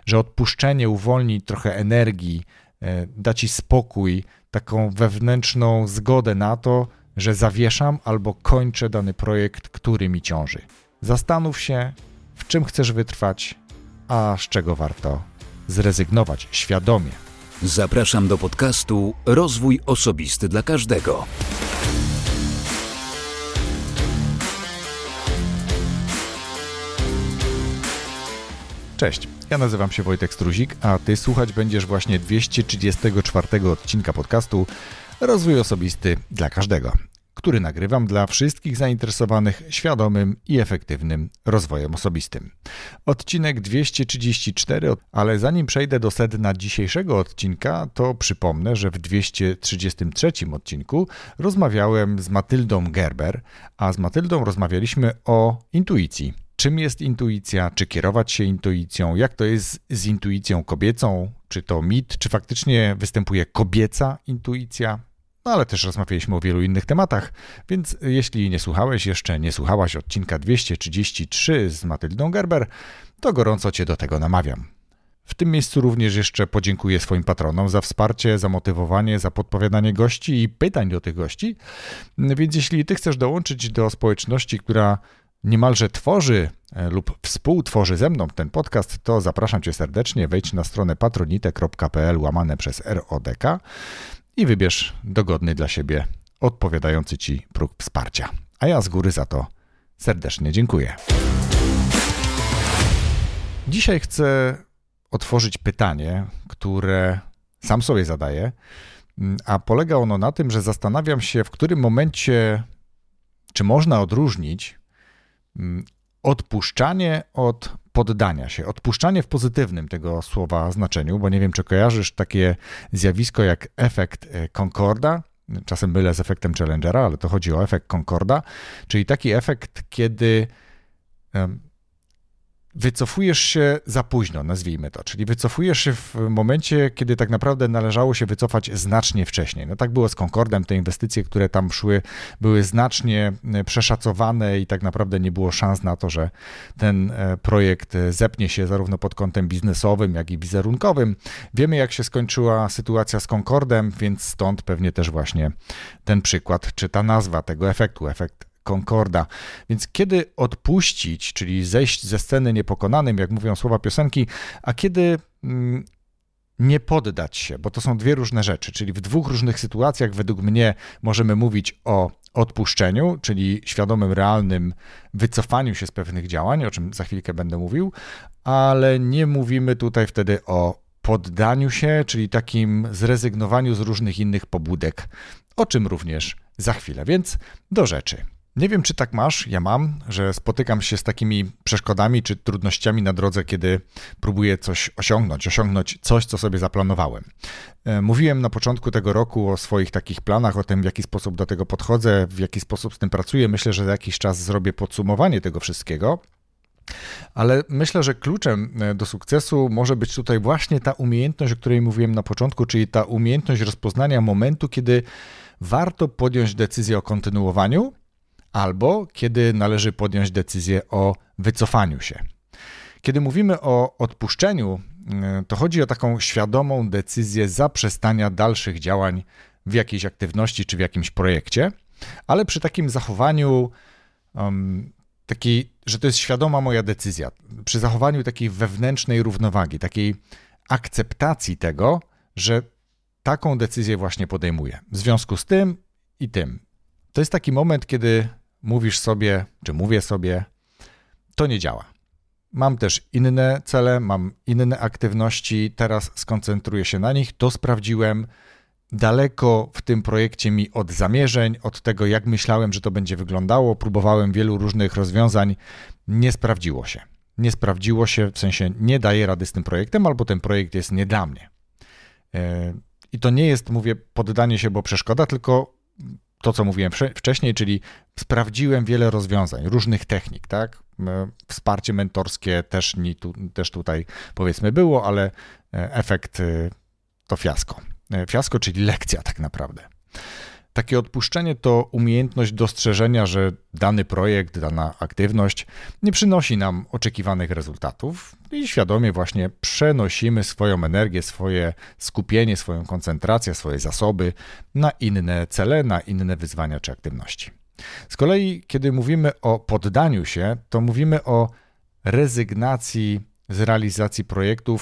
że odpuszczenie uwolni trochę energii, da ci spokój, taką wewnętrzną zgodę na to, że zawieszam albo kończę dany projekt, który mi ciąży. Zastanów się, w czym chcesz wytrwać, a z czego warto zrezygnować świadomie. Zapraszam do podcastu Rozwój Osobisty dla Każdego. Cześć, ja nazywam się Wojtek Struzik, a Ty słuchać będziesz właśnie 234 odcinka podcastu Rozwój Osobisty dla Każdego, który nagrywam dla wszystkich zainteresowanych świadomym i efektywnym rozwojem osobistym. Odcinek 234, ale zanim przejdę do sedna dzisiejszego odcinka, to przypomnę, że w 233 odcinku rozmawiałem z Matyldą Gerber, a z Matyldą rozmawialiśmy o intuicji. Czym jest intuicja, czy kierować się intuicją, jak to jest z intuicją kobiecą, czy to mit, czy faktycznie występuje kobieca intuicja, no ale też rozmawialiśmy o wielu innych tematach, więc jeśli nie słuchałaś odcinka 233 z Matyldą Gerber, to gorąco Cię do tego namawiam. W tym miejscu również jeszcze podziękuję swoim patronom za wsparcie, za motywowanie, za podpowiadanie gości i pytań do tych gości, więc jeśli Ty chcesz dołączyć do społeczności, która niemalże tworzy lub współtworzy ze mną ten podcast, to zapraszam Cię serdecznie, wejdź na stronę patronite.pl/RODK i wybierz dogodny dla siebie, odpowiadający Ci próg wsparcia. A ja z góry za to serdecznie dziękuję. Dzisiaj chcę otworzyć pytanie, które sam sobie zadaję, a polega ono na tym, że zastanawiam się, w którym momencie, czy można odróżnić odpuszczanie od poddania się. Odpuszczanie w pozytywnym tego słowa znaczeniu, bo nie wiem, czy kojarzysz takie zjawisko jak efekt Concorda, czasem mylę z efektem Challengera, ale to chodzi o efekt Concorda, czyli taki efekt, kiedy wycofujesz się za późno, nazwijmy to, czyli wycofujesz się w momencie, kiedy tak naprawdę należało się wycofać znacznie wcześniej. No tak było z Concordem, te inwestycje, które tam szły, były znacznie przeszacowane i tak naprawdę nie było szans na to, że ten projekt zepnie się zarówno pod kątem biznesowym, jak i wizerunkowym. Wiemy, jak się skończyła sytuacja z Concordem, więc stąd pewnie też właśnie ten przykład, czy ta nazwa tego efektu, efekt Concorda. Więc kiedy odpuścić, czyli zejść ze sceny niepokonanym, jak mówią słowa piosenki, a kiedy nie poddać się, bo to są dwie różne rzeczy, czyli w dwóch różnych sytuacjach według mnie możemy mówić o odpuszczeniu, czyli świadomym, realnym wycofaniu się z pewnych działań, o czym za chwilkę będę mówił, ale nie mówimy tutaj wtedy o poddaniu się, czyli takim zrezygnowaniu z różnych innych pobudek, o czym również za chwilę, więc do rzeczy. Nie wiem, czy tak masz, ja mam, że spotykam się z takimi przeszkodami czy trudnościami na drodze, kiedy próbuję coś osiągnąć coś, co sobie zaplanowałem. Mówiłem na początku tego roku o swoich takich planach, o tym, w jaki sposób do tego podchodzę, w jaki sposób z tym pracuję. Myślę, że za jakiś czas zrobię podsumowanie tego wszystkiego, ale myślę, że kluczem do sukcesu może być tutaj właśnie ta umiejętność, o której mówiłem na początku, czyli ta umiejętność rozpoznania momentu, kiedy warto podjąć decyzję o kontynuowaniu, albo kiedy należy podjąć decyzję o wycofaniu się. Kiedy mówimy o odpuszczeniu, to chodzi o taką świadomą decyzję zaprzestania dalszych działań w jakiejś aktywności czy w jakimś projekcie, ale przy takim zachowaniu że to jest świadoma moja decyzja, przy zachowaniu takiej wewnętrznej równowagi, takiej akceptacji tego, że taką decyzję właśnie podejmuję. W związku z tym i tym. To jest taki moment, kiedy mówisz sobie, czy mówię sobie, to nie działa. Mam też inne cele, mam inne aktywności, teraz skoncentruję się na nich, to sprawdziłem. Daleko w tym projekcie mi od zamierzeń, od tego, jak myślałem, że to będzie wyglądało, próbowałem wielu różnych rozwiązań, nie sprawdziło się. Nie sprawdziło się, w sensie nie daję rady z tym projektem, albo ten projekt jest nie dla mnie. I to nie jest, mówię, poddanie się, bo przeszkoda, tylko to, co mówiłem wcześniej, czyli sprawdziłem wiele rozwiązań, różnych technik, tak? Wsparcie mentorskie też tutaj powiedzmy było, ale efekt to fiasko. Fiasko, czyli lekcja tak naprawdę. Takie odpuszczenie to umiejętność dostrzeżenia, że dany projekt, dana aktywność nie przynosi nam oczekiwanych rezultatów i świadomie właśnie przenosimy swoją energię, swoje skupienie, swoją koncentrację, swoje zasoby na inne cele, na inne wyzwania czy aktywności. Z kolei, kiedy mówimy o poddaniu się, to mówimy o rezygnacji z realizacji projektu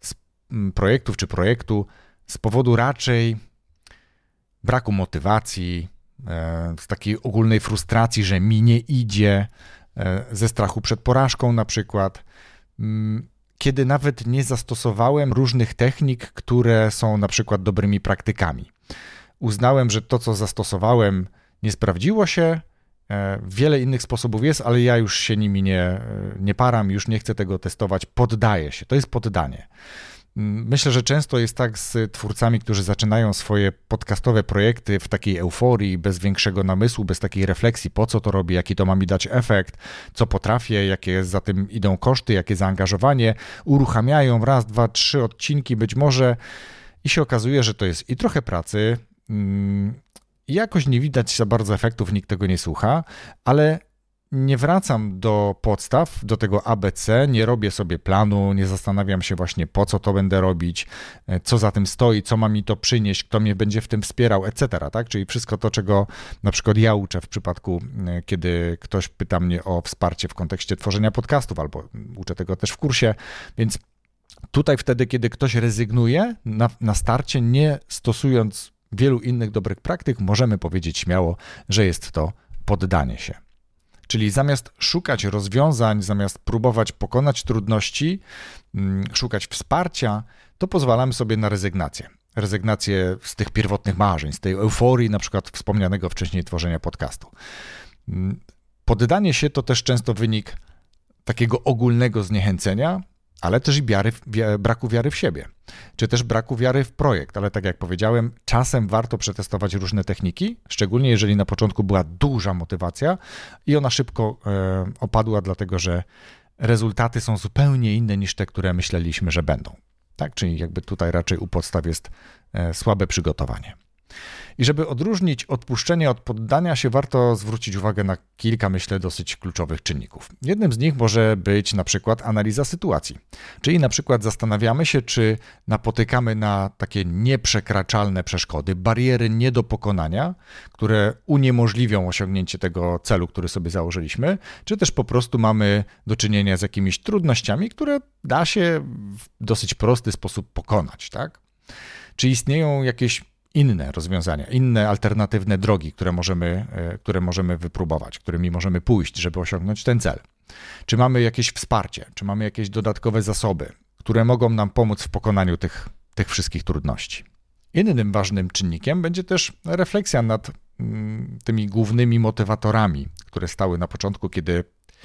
z powodu raczej braku motywacji, z takiej ogólnej frustracji, że mi nie idzie, ze strachu przed porażką na przykład, kiedy nawet nie zastosowałem różnych technik, które są na przykład dobrymi praktykami. Uznałem, że to, co zastosowałem, nie sprawdziło się, wiele innych sposobów jest, ale ja już się nimi nie param, już nie chcę tego testować, poddaję się. To jest poddanie. Myślę, że często jest tak z twórcami, którzy zaczynają swoje podcastowe projekty w takiej euforii, bez większego namysłu, bez takiej refleksji, po co to robię, jaki to ma mi dać efekt, co potrafię, jakie za tym idą koszty, jakie zaangażowanie, uruchamiają raz, dwa, trzy odcinki być może i się okazuje, że to jest i trochę pracy, i jakoś nie widać za bardzo efektów, nikt tego nie słucha, ale nie wracam do podstaw, do tego ABC, nie robię sobie planu, nie zastanawiam się właśnie po co to będę robić, co za tym stoi, co ma mi to przynieść, kto mnie będzie w tym wspierał, etc. Tak? Czyli wszystko to, czego na przykład ja uczę w przypadku, kiedy ktoś pyta mnie o wsparcie w kontekście tworzenia podcastów, albo uczę tego też w kursie, więc tutaj wtedy, kiedy ktoś rezygnuje na starcie, nie stosując wielu innych dobrych praktyk, możemy powiedzieć śmiało, że jest to poddanie się. Czyli zamiast szukać rozwiązań, zamiast próbować pokonać trudności, szukać wsparcia, to pozwalamy sobie na rezygnację. Rezygnację z tych pierwotnych marzeń, z tej euforii, na przykład wspomnianego wcześniej tworzenia podcastu. Poddanie się to też często wynik takiego ogólnego zniechęcenia, ale też i braku wiary w siebie, czy też braku wiary w projekt. Ale tak jak powiedziałem, czasem warto przetestować różne techniki, szczególnie jeżeli na początku była duża motywacja i ona szybko opadła, dlatego że rezultaty są zupełnie inne niż te, które myśleliśmy, że będą. Tak? Czyli jakby tutaj raczej u podstaw jest słabe przygotowanie. I żeby odróżnić odpuszczenie od poddania się, warto zwrócić uwagę na kilka, myślę, dosyć kluczowych czynników. Jednym z nich może być na przykład analiza sytuacji. Czyli na przykład zastanawiamy się, czy napotykamy na takie nieprzekraczalne przeszkody, bariery nie do pokonania, które uniemożliwią osiągnięcie tego celu, który sobie założyliśmy, czy też po prostu mamy do czynienia z jakimiś trudnościami, które da się w dosyć prosty sposób pokonać, tak? Czy istnieją jakieś inne rozwiązania, inne alternatywne drogi, które możemy wypróbować, którymi możemy pójść, żeby osiągnąć ten cel. Czy mamy jakieś wsparcie, czy mamy jakieś dodatkowe zasoby, które mogą nam pomóc w pokonaniu tych wszystkich trudności. Innym ważnym czynnikiem będzie też refleksja nad tymi głównymi motywatorami, które stały na początku, kiedy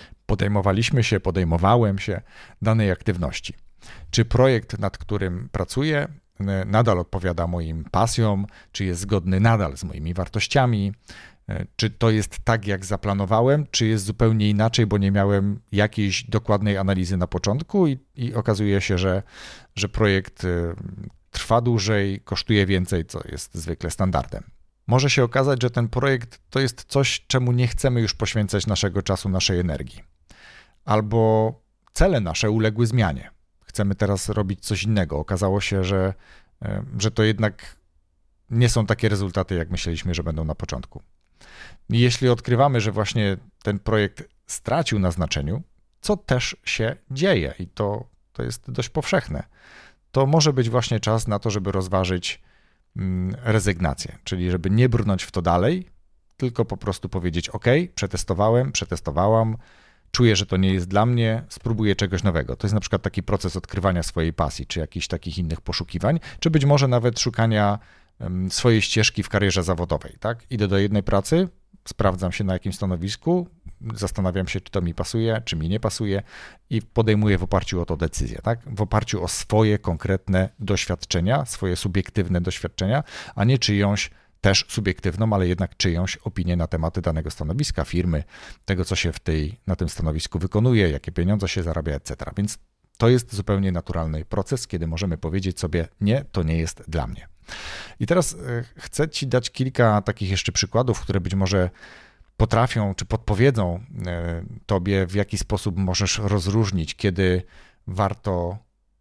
podejmowałem się danej aktywności. Czy projekt, nad którym pracuję, nadal odpowiada moim pasjom, czy jest zgodny nadal z moimi wartościami, czy to jest tak, jak zaplanowałem, czy jest zupełnie inaczej, bo nie miałem jakiejś dokładnej analizy na początku i okazuje się, że projekt trwa dłużej, kosztuje więcej, co jest zwykle standardem. Może się okazać, że ten projekt to jest coś, czemu nie chcemy już poświęcać naszego czasu, naszej energii. Albo cele nasze uległy zmianie. Chcemy teraz robić coś innego. Okazało się, że to jednak nie są takie rezultaty, jak myśleliśmy, że będą na początku. I jeśli odkrywamy, że właśnie ten projekt stracił na znaczeniu, co też się dzieje i to jest dość powszechne, to może być właśnie czas na to, żeby rozważyć rezygnację, czyli żeby nie brnąć w to dalej, tylko po prostu powiedzieć: OK, przetestowałam, czuję, że to nie jest dla mnie, spróbuję czegoś nowego. To jest na przykład taki proces odkrywania swojej pasji, czy jakichś takich innych poszukiwań, czy być może nawet szukania swojej ścieżki w karierze zawodowej. Tak? Idę do jednej pracy, sprawdzam się na jakimś stanowisku, zastanawiam się, czy to mi pasuje, czy mi nie pasuje i podejmuję w oparciu o to decyzję. Tak? W oparciu o swoje konkretne doświadczenia, swoje subiektywne doświadczenia, a nie czyjąś też subiektywną, ale jednak czyjąś opinię na tematy danego stanowiska, firmy, tego, co się na tym stanowisku wykonuje, jakie pieniądze się zarabia, etc. Więc to jest zupełnie naturalny proces, kiedy możemy powiedzieć sobie: nie, to nie jest dla mnie. I teraz chcę Ci dać kilka takich jeszcze przykładów, które być może potrafią czy podpowiedzą Tobie, w jaki sposób możesz rozróżnić, kiedy warto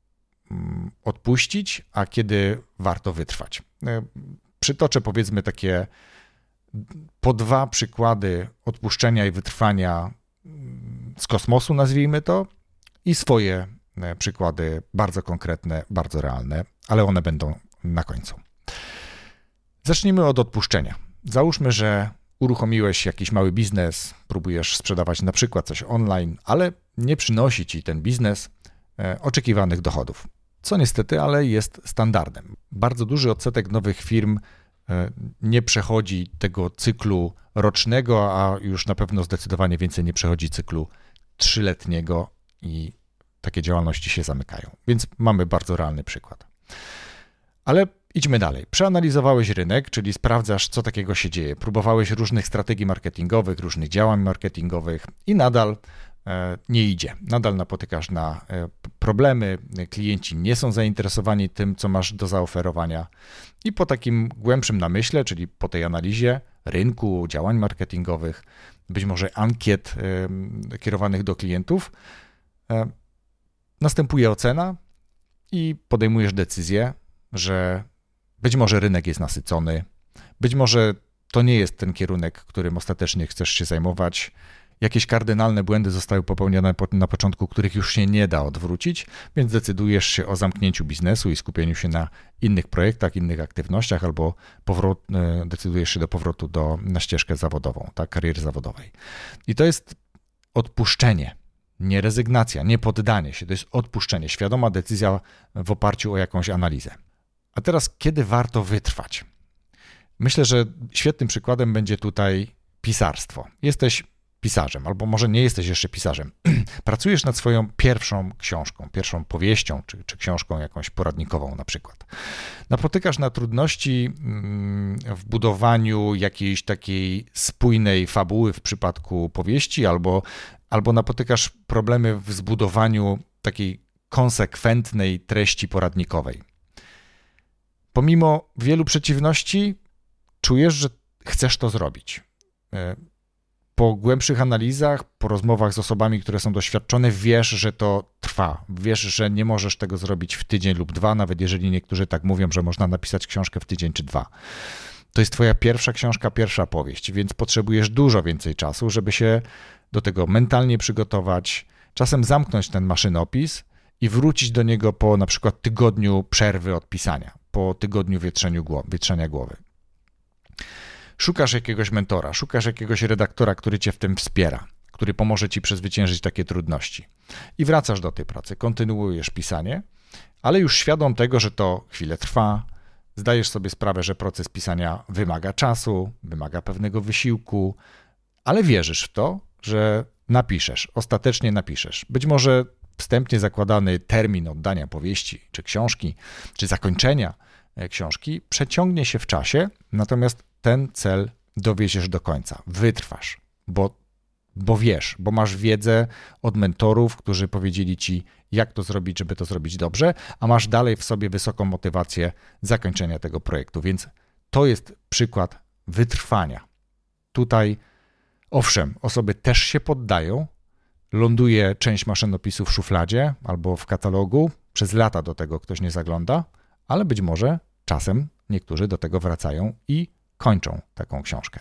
odpuścić, a kiedy warto wytrwać. Przytoczę powiedzmy takie po 2 przykłady odpuszczenia i wytrwania z kosmosu, nazwijmy to, i swoje przykłady bardzo konkretne, bardzo realne, ale one będą na końcu. Zacznijmy od odpuszczenia. Załóżmy, że uruchomiłeś jakiś mały biznes, próbujesz sprzedawać na przykład coś online, ale nie przynosi Ci ten biznes oczekiwanych dochodów, co niestety, ale jest standardem. Bardzo duży odsetek nowych firm nie przechodzi tego cyklu rocznego, a już na pewno zdecydowanie więcej nie przechodzi cyklu 3-letniego i takie działalności się zamykają. Więc mamy bardzo realny przykład. Ale idźmy dalej. Przeanalizowałeś rynek, czyli sprawdzasz, co takiego się dzieje. Próbowałeś różnych strategii marketingowych, różnych działań marketingowych i nadal nie idzie. Nadal napotykasz na problemy, klienci nie są zainteresowani tym, co masz do zaoferowania i po takim głębszym namyśle, czyli po tej analizie rynku, działań marketingowych, być może ankiet kierowanych do klientów, następuje ocena i podejmujesz decyzję, że być może rynek jest nasycony, być może to nie jest ten kierunek, którym ostatecznie chcesz się zajmować. Jakieś kardynalne błędy zostały popełnione na początku, których już się nie da odwrócić, więc decydujesz się o zamknięciu biznesu i skupieniu się na innych projektach, innych aktywnościach, albo decydujesz się do powrotu na ścieżkę zawodową, tak, kariery zawodowej. I to jest odpuszczenie, nie rezygnacja, nie poddanie się, to jest odpuszczenie, świadoma decyzja w oparciu o jakąś analizę. A teraz, kiedy warto wytrwać? Myślę, że świetnym przykładem będzie tutaj pisarstwo. Jesteś pisarzem, albo może nie jesteś jeszcze pisarzem. Pracujesz nad swoją pierwszą książką, pierwszą powieścią, czy książką jakąś poradnikową na przykład. Napotykasz na trudności w budowaniu jakiejś takiej spójnej fabuły w przypadku powieści, albo napotykasz problemy w zbudowaniu takiej konsekwentnej treści poradnikowej. Pomimo wielu przeciwności czujesz, że chcesz to zrobić. Po głębszych analizach, po rozmowach z osobami, które są doświadczone, wiesz, że to trwa. Wiesz, że nie możesz tego zrobić w tydzień lub 2, nawet jeżeli niektórzy tak mówią, że można napisać książkę w tydzień czy 2. To jest twoja pierwsza książka, pierwsza powieść, więc potrzebujesz dużo więcej czasu, żeby się do tego mentalnie przygotować, czasem zamknąć ten maszynopis i wrócić do niego po na przykład tygodniu przerwy od pisania, po tygodniu wietrzenia głowy. Szukasz jakiegoś mentora, szukasz jakiegoś redaktora, który cię w tym wspiera, który pomoże ci przezwyciężyć takie trudności. I wracasz do tej pracy, kontynuujesz pisanie, ale już świadom tego, że to chwilę trwa, zdajesz sobie sprawę, że proces pisania wymaga czasu, wymaga pewnego wysiłku, ale wierzysz w to, że napiszesz, ostatecznie napiszesz. Być może wstępnie zakładany termin oddania powieści, czy książki, czy zakończenia książki przeciągnie się w czasie, natomiast ten cel dowieziesz do końca, wytrwasz, bo wiesz, bo masz wiedzę od mentorów, którzy powiedzieli ci, jak to zrobić, żeby to zrobić dobrze, a masz dalej w sobie wysoką motywację zakończenia tego projektu, więc to jest przykład wytrwania. Tutaj, owszem, osoby też się poddają, ląduje część maszynopisu w szufladzie albo w katalogu, przez lata do tego ktoś nie zagląda, ale być może czasem niektórzy do tego wracają i kończą taką książkę.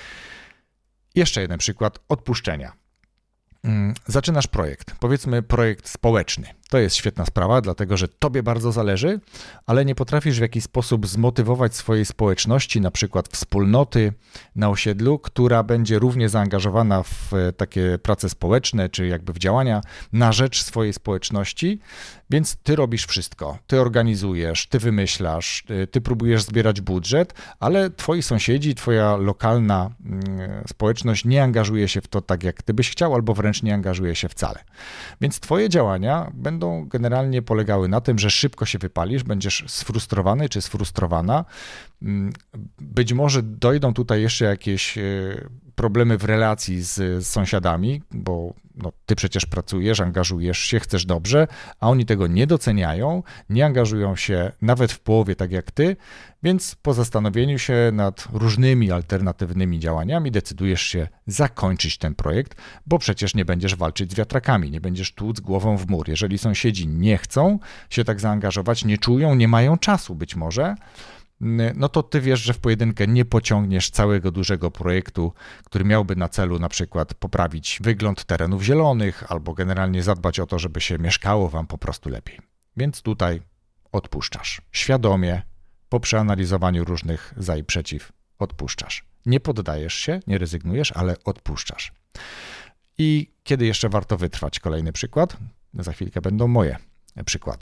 Jeszcze jeden przykład odpuszczenia. Zaczynasz projekt, powiedzmy projekt społeczny. To jest świetna sprawa, dlatego że tobie bardzo zależy, ale nie potrafisz w jakiś sposób zmotywować swojej społeczności, na przykład wspólnoty na osiedlu, która będzie równie zaangażowana w takie prace społeczne, czy jakby w działania na rzecz swojej społeczności, więc ty robisz wszystko. Ty organizujesz, ty wymyślasz, ty próbujesz zbierać budżet, ale twoi sąsiedzi, twoja lokalna społeczność nie angażuje się w to tak, jak ty byś chciał, albo wręcz nie angażuje się wcale. Więc twoje działania będą generalnie polegały na tym, że szybko się wypalisz, będziesz sfrustrowany czy sfrustrowana. Być może dojdą tutaj jeszcze jakieś problemy w relacji z sąsiadami, bo ty przecież pracujesz, angażujesz się, chcesz dobrze, a oni tego nie doceniają, nie angażują się nawet w połowie tak jak ty, więc po zastanowieniu się nad różnymi alternatywnymi działaniami decydujesz się zakończyć ten projekt, bo przecież nie będziesz walczyć z wiatrakami, nie będziesz tłuc głową w mur. Jeżeli sąsiedzi nie chcą się tak zaangażować, nie czują, nie mają czasu być może, no to ty wiesz, że w pojedynkę nie pociągniesz całego dużego projektu, który miałby na celu na przykład poprawić wygląd terenów zielonych albo generalnie zadbać o to, żeby się mieszkało wam po prostu lepiej. Więc tutaj odpuszczasz. Świadomie, po przeanalizowaniu różnych za i przeciw, odpuszczasz. Nie poddajesz się, nie rezygnujesz, ale odpuszczasz. I kiedy jeszcze warto wytrwać? Kolejny przykład. Za chwilkę będą moje przykłady.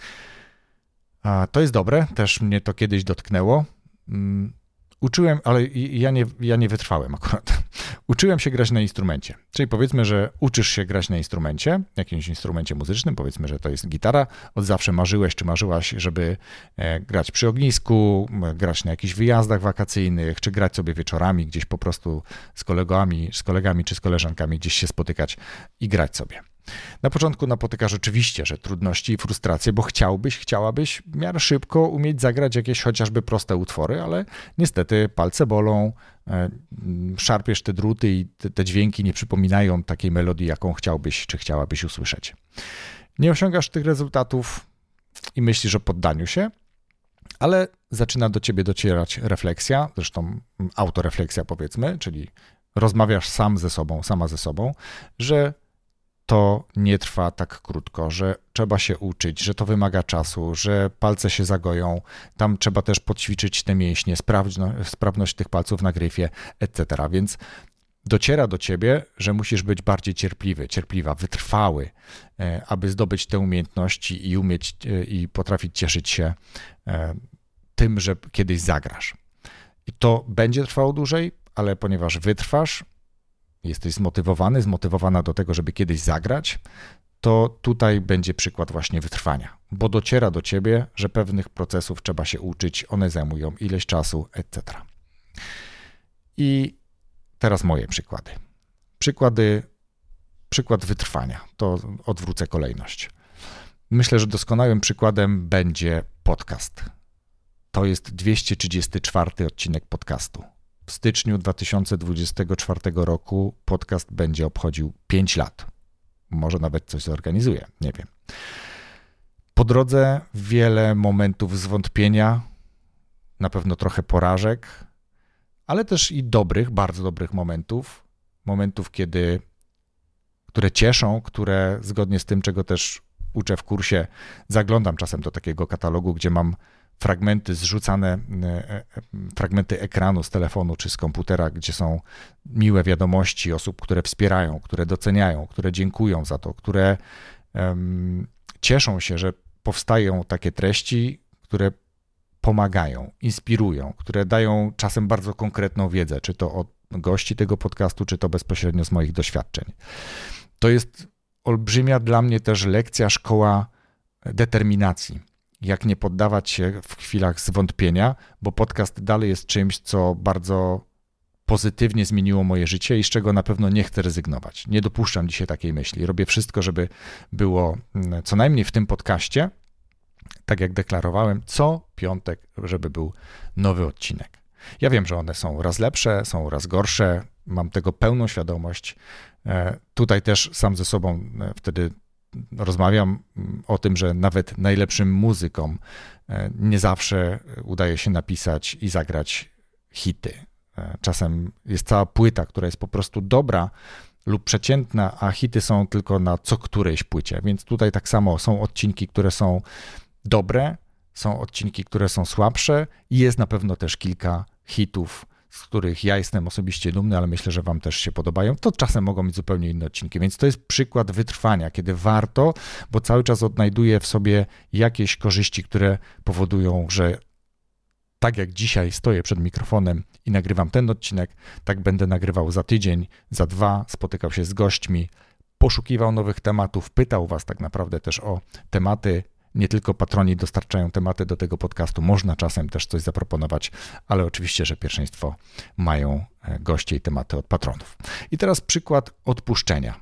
To jest dobre, też mnie to kiedyś dotknęło. Uczyłem, ale ja nie wytrwałem akurat. Uczyłem się grać na instrumencie. Czyli powiedzmy, że uczysz się grać na instrumencie, jakimś instrumencie muzycznym, powiedzmy, że to jest gitara. Od zawsze marzyłeś czy marzyłaś, żeby grać przy ognisku, grać na jakichś wyjazdach wakacyjnych, czy grać sobie wieczorami gdzieś po prostu z kolegami czy z koleżankami gdzieś się spotykać i grać sobie. Na początku napotykasz oczywiście, że trudności i frustracje, bo chciałabyś w miarę szybko umieć zagrać jakieś chociażby proste utwory, ale niestety palce bolą, szarpiesz te druty i te dźwięki nie przypominają takiej melodii, jaką chciałbyś czy chciałabyś usłyszeć. Nie osiągasz tych rezultatów i myślisz o poddaniu się, ale zaczyna do ciebie docierać refleksja, zresztą autorefleksja powiedzmy, czyli rozmawiasz sama ze sobą, że to nie trwa tak krótko, że trzeba się uczyć, że to wymaga czasu, że palce się zagoją, tam trzeba też podćwiczyć te mięśnie, sprawność tych palców na gryfie, etc. Więc dociera do ciebie, że musisz być bardziej cierpliwa, wytrwały, aby zdobyć te umiejętności i umieć i potrafić cieszyć się tym, że kiedyś zagrasz. I to będzie trwało dłużej, ale ponieważ wytrwasz, jesteś zmotywowana do tego, żeby kiedyś zagrać, to tutaj będzie przykład właśnie wytrwania, bo dociera do ciebie, że pewnych procesów trzeba się uczyć, one zajmują ileś czasu, etc. I teraz moje przykłady. Przykład wytrwania, to odwrócę kolejność. Myślę, że doskonałym przykładem będzie podcast. To jest 234 odcinek podcastu. W styczniu 2024 roku podcast będzie obchodził 5 lat. Może nawet coś zorganizuje, nie wiem. Po drodze wiele momentów zwątpienia, na pewno trochę porażek, ale też i bardzo dobrych momentów, które cieszą, które zgodnie z tym, czego też uczę w kursie, zaglądam czasem do takiego katalogu, gdzie mam fragmenty ekranu z telefonu czy z komputera, gdzie są miłe wiadomości osób, które wspierają, które doceniają, które dziękują za to, które cieszą się, że powstają takie treści, które pomagają, inspirują, które dają czasem bardzo konkretną wiedzę, czy to od gości tego podcastu, czy to bezpośrednio z moich doświadczeń. To jest olbrzymia dla mnie też lekcja, szkoła determinacji. Jak nie poddawać się w chwilach zwątpienia, bo podcast dalej jest czymś, co bardzo pozytywnie zmieniło moje życie i z czego na pewno nie chcę rezygnować. Nie dopuszczam dzisiaj takiej myśli. Robię wszystko, żeby było co najmniej w tym podcaście, tak jak deklarowałem, co piątek, żeby był nowy odcinek. Ja wiem, że one są raz lepsze, są raz gorsze, mam tego pełną świadomość. Tutaj też sam ze sobą wtedy rozmawiam o tym, że nawet najlepszym muzykom nie zawsze udaje się napisać i zagrać hity. Czasem jest cała płyta, która jest po prostu dobra lub przeciętna, a hity są tylko na co którejś płycie. Więc tutaj tak samo są odcinki, które są dobre, są odcinki, które są słabsze i jest na pewno też kilka hitów, z których ja jestem osobiście dumny, ale myślę, że wam też się podobają, to czasem mogą być zupełnie inne odcinki, więc to jest przykład wytrwania, kiedy warto, bo cały czas odnajduję w sobie jakieś korzyści, które powodują, że tak jak dzisiaj stoję przed mikrofonem i nagrywam ten odcinek, tak będę nagrywał za tydzień, za 2, spotykał się z gośćmi, poszukiwał nowych tematów, pytał was tak naprawdę też o tematy Nie tylko patroni dostarczają tematy do tego podcastu, można czasem też coś zaproponować, ale oczywiście, że pierwszeństwo mają goście i tematy od patronów. I teraz przykład odpuszczenia.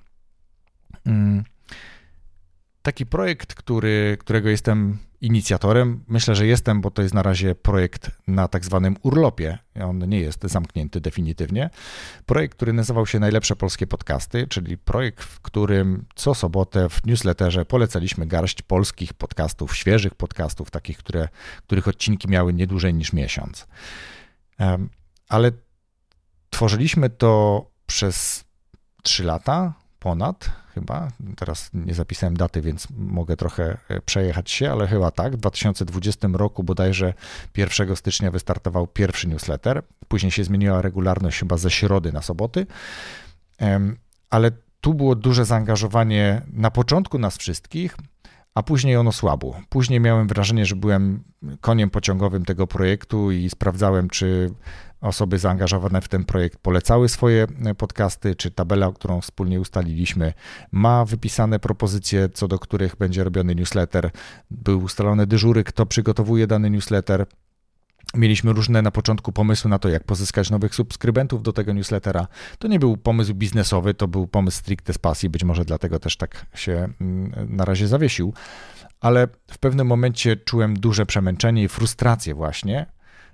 Taki projekt, którego jestem inicjatorem, myślę, że jestem, bo to jest na razie projekt na tak zwanym urlopie, on nie jest zamknięty definitywnie. Projekt, który nazywał się Najlepsze Polskie Podcasty, czyli projekt, w którym co sobotę w newsletterze polecaliśmy garść polskich podcastów, świeżych podcastów, takich, których odcinki miały nie dłużej niż miesiąc. Ale tworzyliśmy to przez 3 lata, ponad chyba, teraz nie zapisałem daty, więc mogę trochę przejechać się, ale chyba tak, w 2020 roku bodajże 1 stycznia wystartował pierwszy newsletter, później się zmieniła regularność chyba ze środy na soboty, ale tu było duże zaangażowanie na początku nas wszystkich, a później ono słabło. Później miałem wrażenie, że byłem koniem pociągowym tego projektu i sprawdzałem, czy osoby zaangażowane w ten projekt polecały swoje podcasty, czy tabela, którą wspólnie ustaliliśmy, ma wypisane propozycje, co do których będzie robiony newsletter. Były ustalone dyżury, kto przygotowuje dany newsletter. Mieliśmy różne na początku pomysły na to, jak pozyskać nowych subskrybentów do tego newslettera. To nie był pomysł biznesowy, to był pomysł stricte z pasji, być może dlatego też tak się na razie zawiesił, ale w pewnym momencie czułem duże przemęczenie i frustrację właśnie.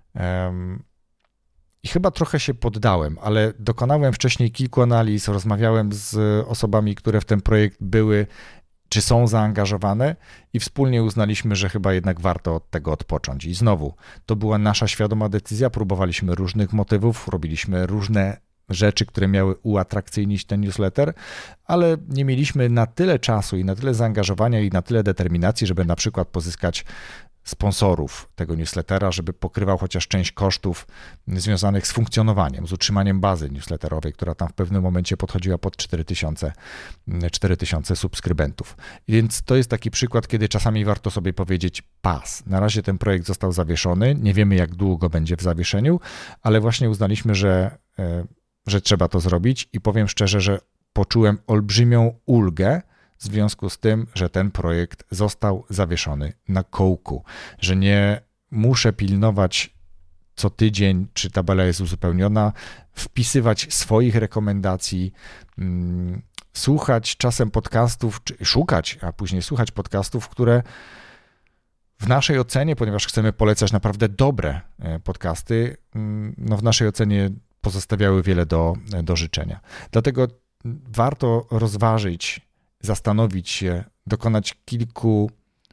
I chyba trochę się poddałem, ale dokonałem wcześniej kilku analiz, rozmawiałem z osobami, które w ten projekt były, czy są zaangażowane i wspólnie uznaliśmy, że chyba jednak warto od tego odpocząć. I znowu, to była nasza świadoma decyzja, próbowaliśmy różnych motywów, robiliśmy różne rzeczy, które miały uatrakcyjnić ten newsletter, ale nie mieliśmy na tyle czasu i na tyle zaangażowania i na tyle determinacji, żeby na przykład pozyskać sponsorów tego newslettera, żeby pokrywał chociaż część kosztów związanych z funkcjonowaniem, z utrzymaniem bazy newsletterowej, która tam w pewnym momencie podchodziła pod 4000 subskrybentów. Więc to jest taki przykład, kiedy czasami warto sobie powiedzieć pas. Na razie ten projekt został zawieszony, nie wiemy jak długo będzie w zawieszeniu, ale właśnie uznaliśmy, że trzeba to zrobić i powiem szczerze, że poczułem olbrzymią ulgę w związku z tym, że ten projekt został zawieszony na kołku, że nie muszę pilnować co tydzień, czy tabela jest uzupełniona, wpisywać swoich rekomendacji, słuchać czasem podcastów, czy szukać, a później słuchać podcastów, które w naszej ocenie, ponieważ chcemy polecać naprawdę dobre podcasty, no w naszej ocenie pozostawiały wiele do życzenia. Dlatego warto rozważyć, zastanowić się, dokonać kilku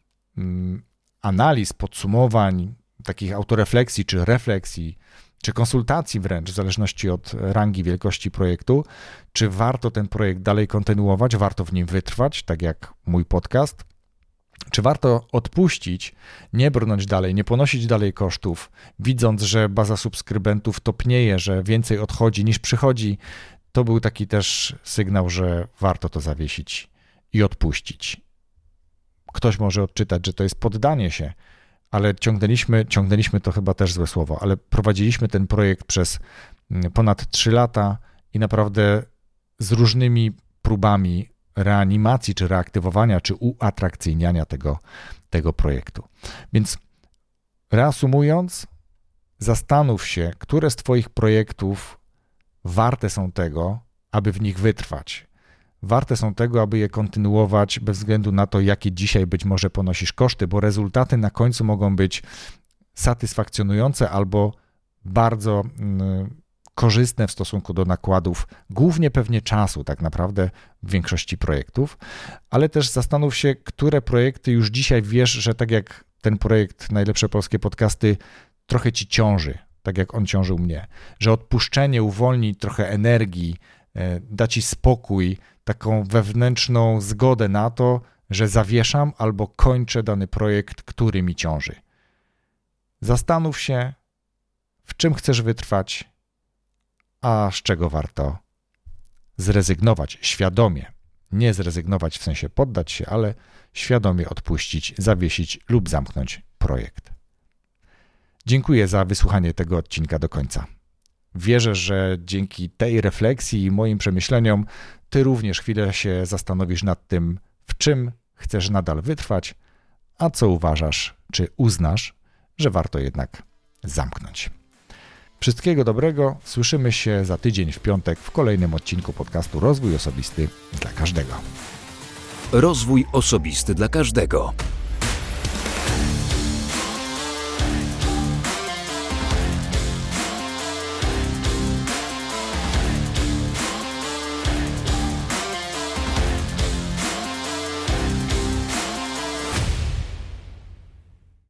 analiz, podsumowań, takich autorefleksji, czy refleksji, czy konsultacji wręcz, w zależności od rangi, wielkości projektu, czy warto ten projekt dalej kontynuować, warto w nim wytrwać, tak jak mój podcast, czy warto odpuścić, nie brnąć dalej, nie ponosić dalej kosztów, widząc, że baza subskrybentów topnieje, że więcej odchodzi niż przychodzi. To był taki też sygnał, że warto to zawiesić i odpuścić. Ktoś może odczytać, że to jest poddanie się, ale ciągnęliśmy to chyba też złe słowo, ale prowadziliśmy ten projekt przez ponad 3 lata i naprawdę z różnymi próbami reanimacji, czy reaktywowania, czy uatrakcyjniania tego projektu. Więc reasumując, zastanów się, które z Twoich projektów warte są tego, aby w nich wytrwać. Warte są tego, aby je kontynuować bez względu na to, jakie dzisiaj być może ponosisz koszty, bo rezultaty na końcu mogą być satysfakcjonujące albo bardzo korzystne w stosunku do nakładów, głównie pewnie czasu tak naprawdę w większości projektów, ale też zastanów się, które projekty już dzisiaj wiesz, że tak jak ten projekt Najlepsze Polskie Podcasty trochę ci ciąży, tak jak on ciążył mnie, że odpuszczenie uwolni trochę energii, da ci spokój, taką wewnętrzną zgodę na to, że zawieszam albo kończę dany projekt, który mi ciąży. Zastanów się, w czym chcesz wytrwać, a z czego warto zrezygnować świadomie. Nie zrezygnować w sensie poddać się, ale świadomie odpuścić, zawiesić lub zamknąć projekt. Dziękuję za wysłuchanie tego odcinka do końca. Wierzę, że dzięki tej refleksji i moim przemyśleniom ty również chwilę się zastanowisz nad tym, w czym chcesz nadal wytrwać, a co uważasz, czy uznasz, że warto jednak zamknąć. Wszystkiego dobrego, słyszymy się za tydzień w piątek w kolejnym odcinku podcastu Rozwój Osobisty dla Każdego. Rozwój Osobisty dla Każdego.